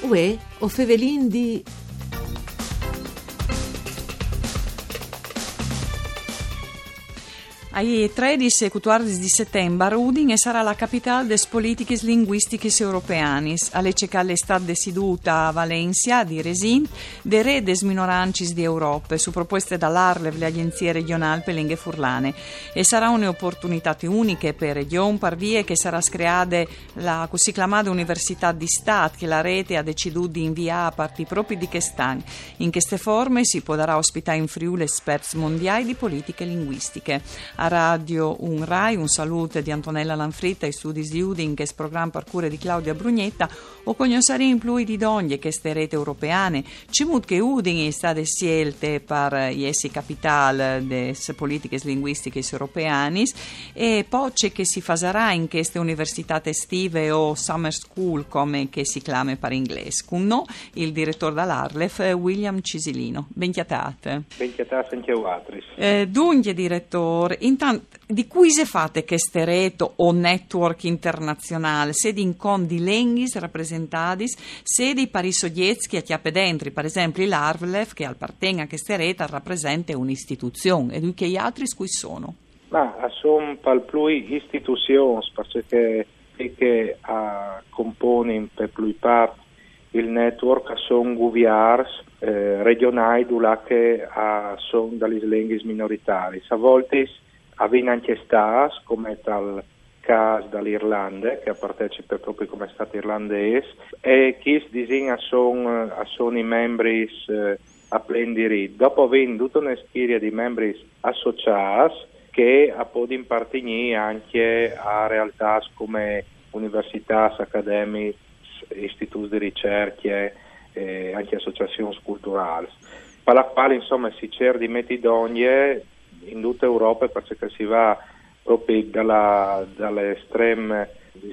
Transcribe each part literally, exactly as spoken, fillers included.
Uè, o fevelin di... Ai tredici e quattordici di settembre Udine sarà la capitale des politiches linguistiches europeanis, alle cecale stat deciduta a Valencia di Resin de re des minorancis di Europa, su proposte dall'Arlev, le agenzie regionali per lingue furlane. E sarà un'opportunità unica per region par vie che sarà creata la così chiamata Università di Stato, che la rete ha deciduto di inviare a parti propri di Chestan. In queste forme si potrà ospitare in Friuli esperti mondiali di politiche linguistiche. A Radio Un Rai un saluto di Antonella Lanfritta e studi di Udin, che è programma per cura di Claudia Brugnetta, o conoscere in più di donne che ste rete europeane, cimut che Udin è stata scelte per essi capitale des politiche linguistiche europeanis, e poi c'è che si farà in queste università estive o summer school, come che si chiama per inglese. Con noi il direttore dall'Arlef, William Cisilino. Benchiatate. Benchiatate anche a eh, Dunque, direttore, intanto, di cui se fate che ste rete o network internazionale, sedi in con di lenghis rappresentadis, sedi pari soggetti che chiappe dentro, per esempio l'Arlef, che appartiene a queste rete, rappresenta un'istituzione, e che gli altri cui sono? Ma sono per più istituzioni, perché che a compone per più parte il network sono governi eh, regionali che sono dalle lingue minoritarie. A volte avviene anche stas, come tal caso dall'Irlanda, che partecipa proprio come Stato irlandese, e chi si disegna sono, sono i membri eh, a plen diritto. Dopo avendo tutta una schiera di membri associati che possono impartire anche a realtà come università, accademie, istituti di ricerca e anche associazioni culturali, per la quale insomma si cerca di mettere donne in tutta Europa, perché si va proprio dalla, dalle estreme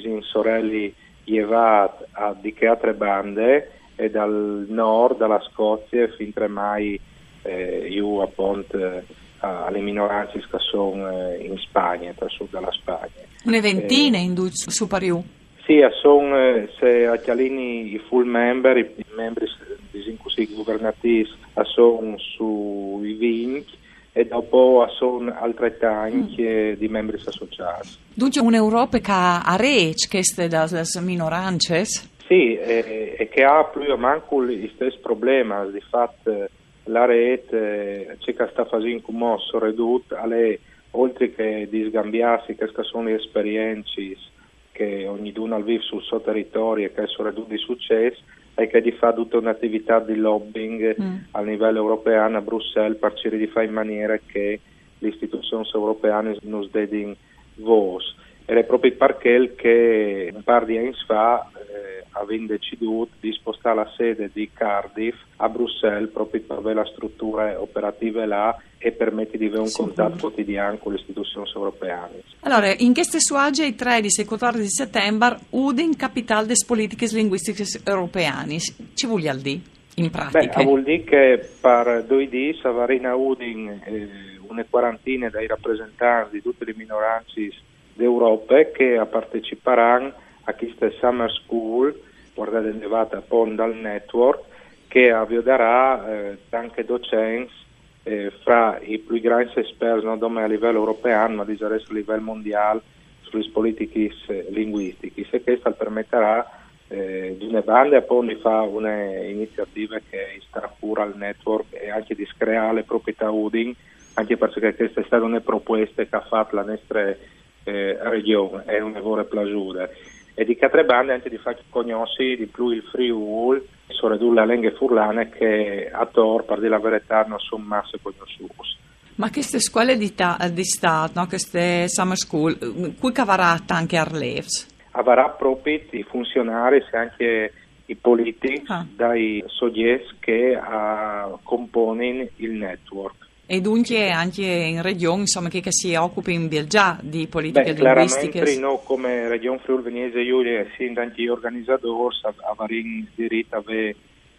sorelle Jevat a di che altre bande, e dal nord, dalla Scozia, fin tre mai eh, io appunto eh, alle minoranze che sono eh, in Spagna, dal sud della Spagna. Una ventina eh, in du- su pariù. Sì, sono eh, se a Chialini i full member, i, i membri così governativi sono sui venti, e dopo sono altrettanti mm. di membri associati. Dunque un'Europa che ha rec queste dalle minoranze? Sì, e, e che ha più o meno gli stessi problemi. Di fatto la rete c'è che sta facendo come ridotto, oltre che di scambiarsi, che sono le esperienze che ognuno vive sul suo territorio e che sono ridotte di successo, e che di fa tutta un'attività di lobbying mm. a livello europeo a Bruxelles per cercare di fare in maniera che le istituzioni europee non dedino voce. Ed è proprio perché che un par di anni fa eh, avevano deciso di spostare la sede di Cardiff a Bruxelles proprio per avere la struttura operativa là e permette di avere un sì, contatto quotidiano con le istituzioni europee. Allora, in queste suage il tredici e quattordici di settembre Udin capitale des politiches linguistiches europeanis. Ci vuole dire in pratica? Beh, vuol dire che per due giorni Savarina Udin eh, una quarantina dei rappresentanti di tutte le minoranze d'Europa che parteciperanno a questa Summer School, organizzata poi dal network, che avvierà eh, anche docenti eh, fra i più grandi esperti non solo a livello europeo ma di a livello mondiale sulle politiche linguistiche, e questo permetterà eh, di una banda poi di fare un'iniziativa che sta a cura al network e anche di creare le proprietà Udin, anche perché questa è stata una proposta che ha fatto la nostra eh, regione, è un lavoro piaciuto. E di altre bande anche di far conoscere di più il Friuli, soprattutto la lingua furlana, che a Tor, per dire la verità, non sono masse conosciute. Ma queste scuole di, ta- di Stato, no? Queste summer school, cui cavarà anche Arlevs? Avrà proprio i funzionari e anche i politici ah. dai soggetti che uh, compongono il network. E dunque anche in regione, insomma, che, che si occupa in già di politiche Beh, linguistiche? Chiaramente noi come Regione Friuli Venezia Giulia, essendo anche gli organizzatori, avremo diritto a avere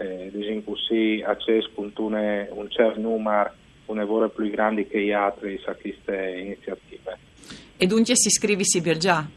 eh, così, accesso con un, un certo numero, un lavoro più grande che gli altri a queste iniziative. E dunque si iscrive si già?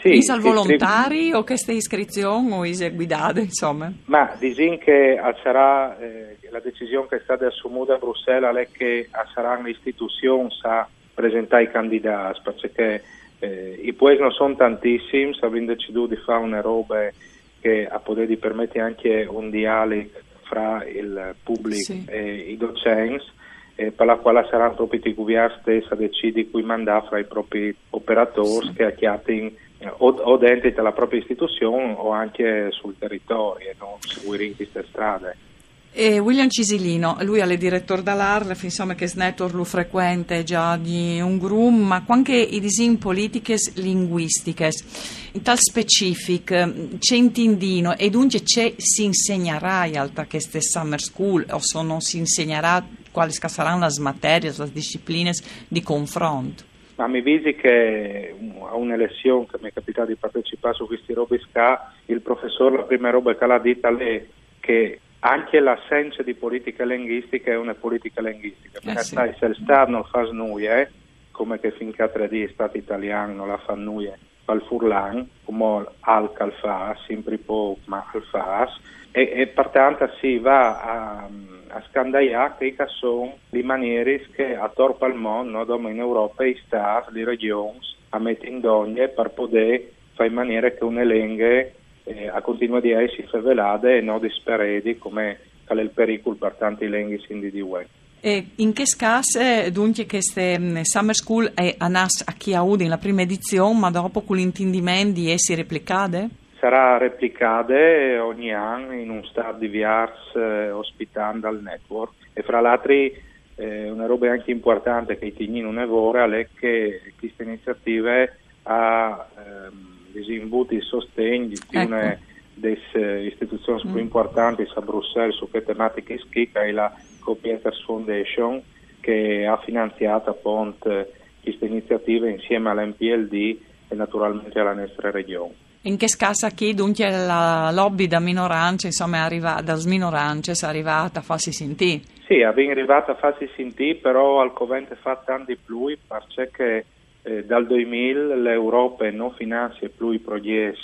Sì, is al volontari iscri- o queste iscrizioni o is guidate, insomma? Ma disin che sarà eh, la decisione che è stata assunta a Bruxelles è che saranno le istituzioni a presentare i candidati, perché eh, i paesi non sono tantissimi, abbiamo deciso di fare una roba che a poter di permettere anche un dialogo fra il pubblico sì. e i docenti, eh, per la quale saranno proprio i governi stessi a decidere cui mandare fra i propri operatori sì. che acchiattino o, o dentro la propria istituzione o anche sul territorio, no? Seguire in queste strade. E William Cisilino, lui è il direttore dall'Arlef, insomma che Snetor lo frequenta già di un gruppo, ma anche i disegni politiche linguistiche, in tal specific, c'è intindino e dunque c'è si insegnerà alta queste summer school o se non si insegnerà quali saranno le materie, le discipline di confronto? Ma mi visi che a un'elezione che mi è capitato di partecipare su questi robi sca, il professore la prima roba che l'ha detta è che anche l'assenza di politica linguistica è una politica linguistica. Eh sì. Se il Stato non fa nulla, come che finché a tre D il Stato italiano non la fa nulla, al furlan, come Alcal fa, sempre poco, ma al fa, e, e pertanto si va a, a scandagliare che sono le maniere che a torpo al mondo, no, dove in Europa i Stati, le regioni, a mettere in donne per poter fare in maniera che una lingua Eh, a continua di essere favelate e non disperati come è il pericolo per tanti lingui in di U E. E in che scase dunque queste um, Summer School è a nas a chi ha avuto in la prima edizione, ma dopo con l'intendimento di essere replicate? Sarà replicate ogni anno in un stato di V R S eh, ospitando al network e fra l'altro eh, una roba anche importante che i tigni non è vora è che queste iniziative ha ehm, disinvuti il sostegno di ecco. Una delle istituzioni mm. più importanti a Bruxelles su che tematiche che è la Co-Peters Foundation che ha finanziato appunto queste iniziative insieme all'M P L D e naturalmente alla nostra regione. In che scassa chi dunque la lobby da minoranze, insomma è arrivata, da minoranze è arrivata a farsi sentire? Sì, è arrivata a farsi sentire, però al covente fa tanti più perché Eh, dal duemila l'Europa non finanzia più i progetti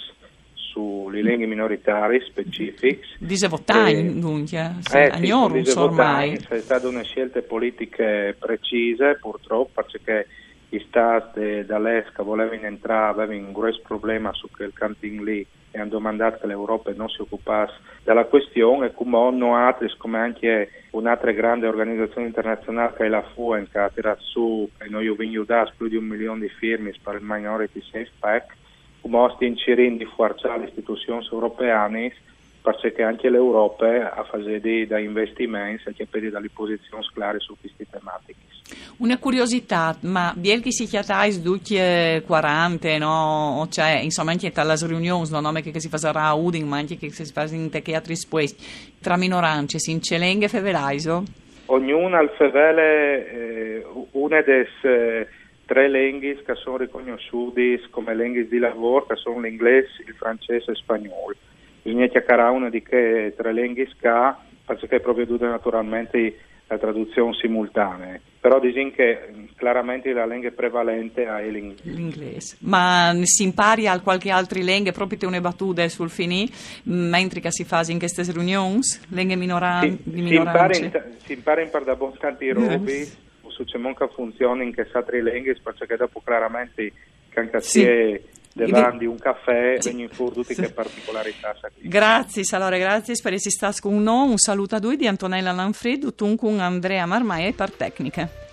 sulle lingue minoritarie specifiche. Dicevo time, dunque, eh, sì, ormai. C'è stata una scelta politica precisa, purtroppo, perché i stati dall'est che volevano entrare avevano un grosso problema su quel cantin lì e hanno domandato che l'Europa non si occupasse della questione e come hanno altri, come anche un'altra grande organizzazione internazionale che è la F U E N che ha tirato su e noi abbiamo aiutato più di un milione di firme per il Minority Safe Pack, come stiamo inserendo di forzare le istituzioni europee perché anche l'Europa ha fatto da investimenti e che dalle posizioni chiare su queste tematiche. Una curiosità, ma bielchi si chiatais ducchi quaranta, no? Cioè, insomma, anche tra le riunioni, non nome che si farà a Uding, ma anche che si fa in teatri esposti, tra minoranze, si incelenghe fevelaiso? Ognuno al fevele eh, una delle eh, tre lingue che sono riconosciute come lingue di lavoro, che sono l'inglese, il francese e il spagnolo. Bisogna chiacchierare una di che tre lingue ska, perché è proprio tutte naturalmente la traduzione simultanea, però dicono che chiaramente la lingua prevalente è l'inglese. L'inglese. Ma si impari a qualche altra lingua, proprio te une battute sul finì, mentre che si fa in queste riunioni, lingue minoran- si, di minoranze? Si impara in par da tanti robi, yes. Su c'è manca funzione in che altre lingue, perché dopo chiaramente che anche sì. Si è davanti un caffè sì. Vengono fuori tutte sì. Che particolarità. Grazie, allora, grazie per essere stato con noi. Un saluto a voi di Antonella Lanfredo, tu con Andrea Marmaia e per tecniche.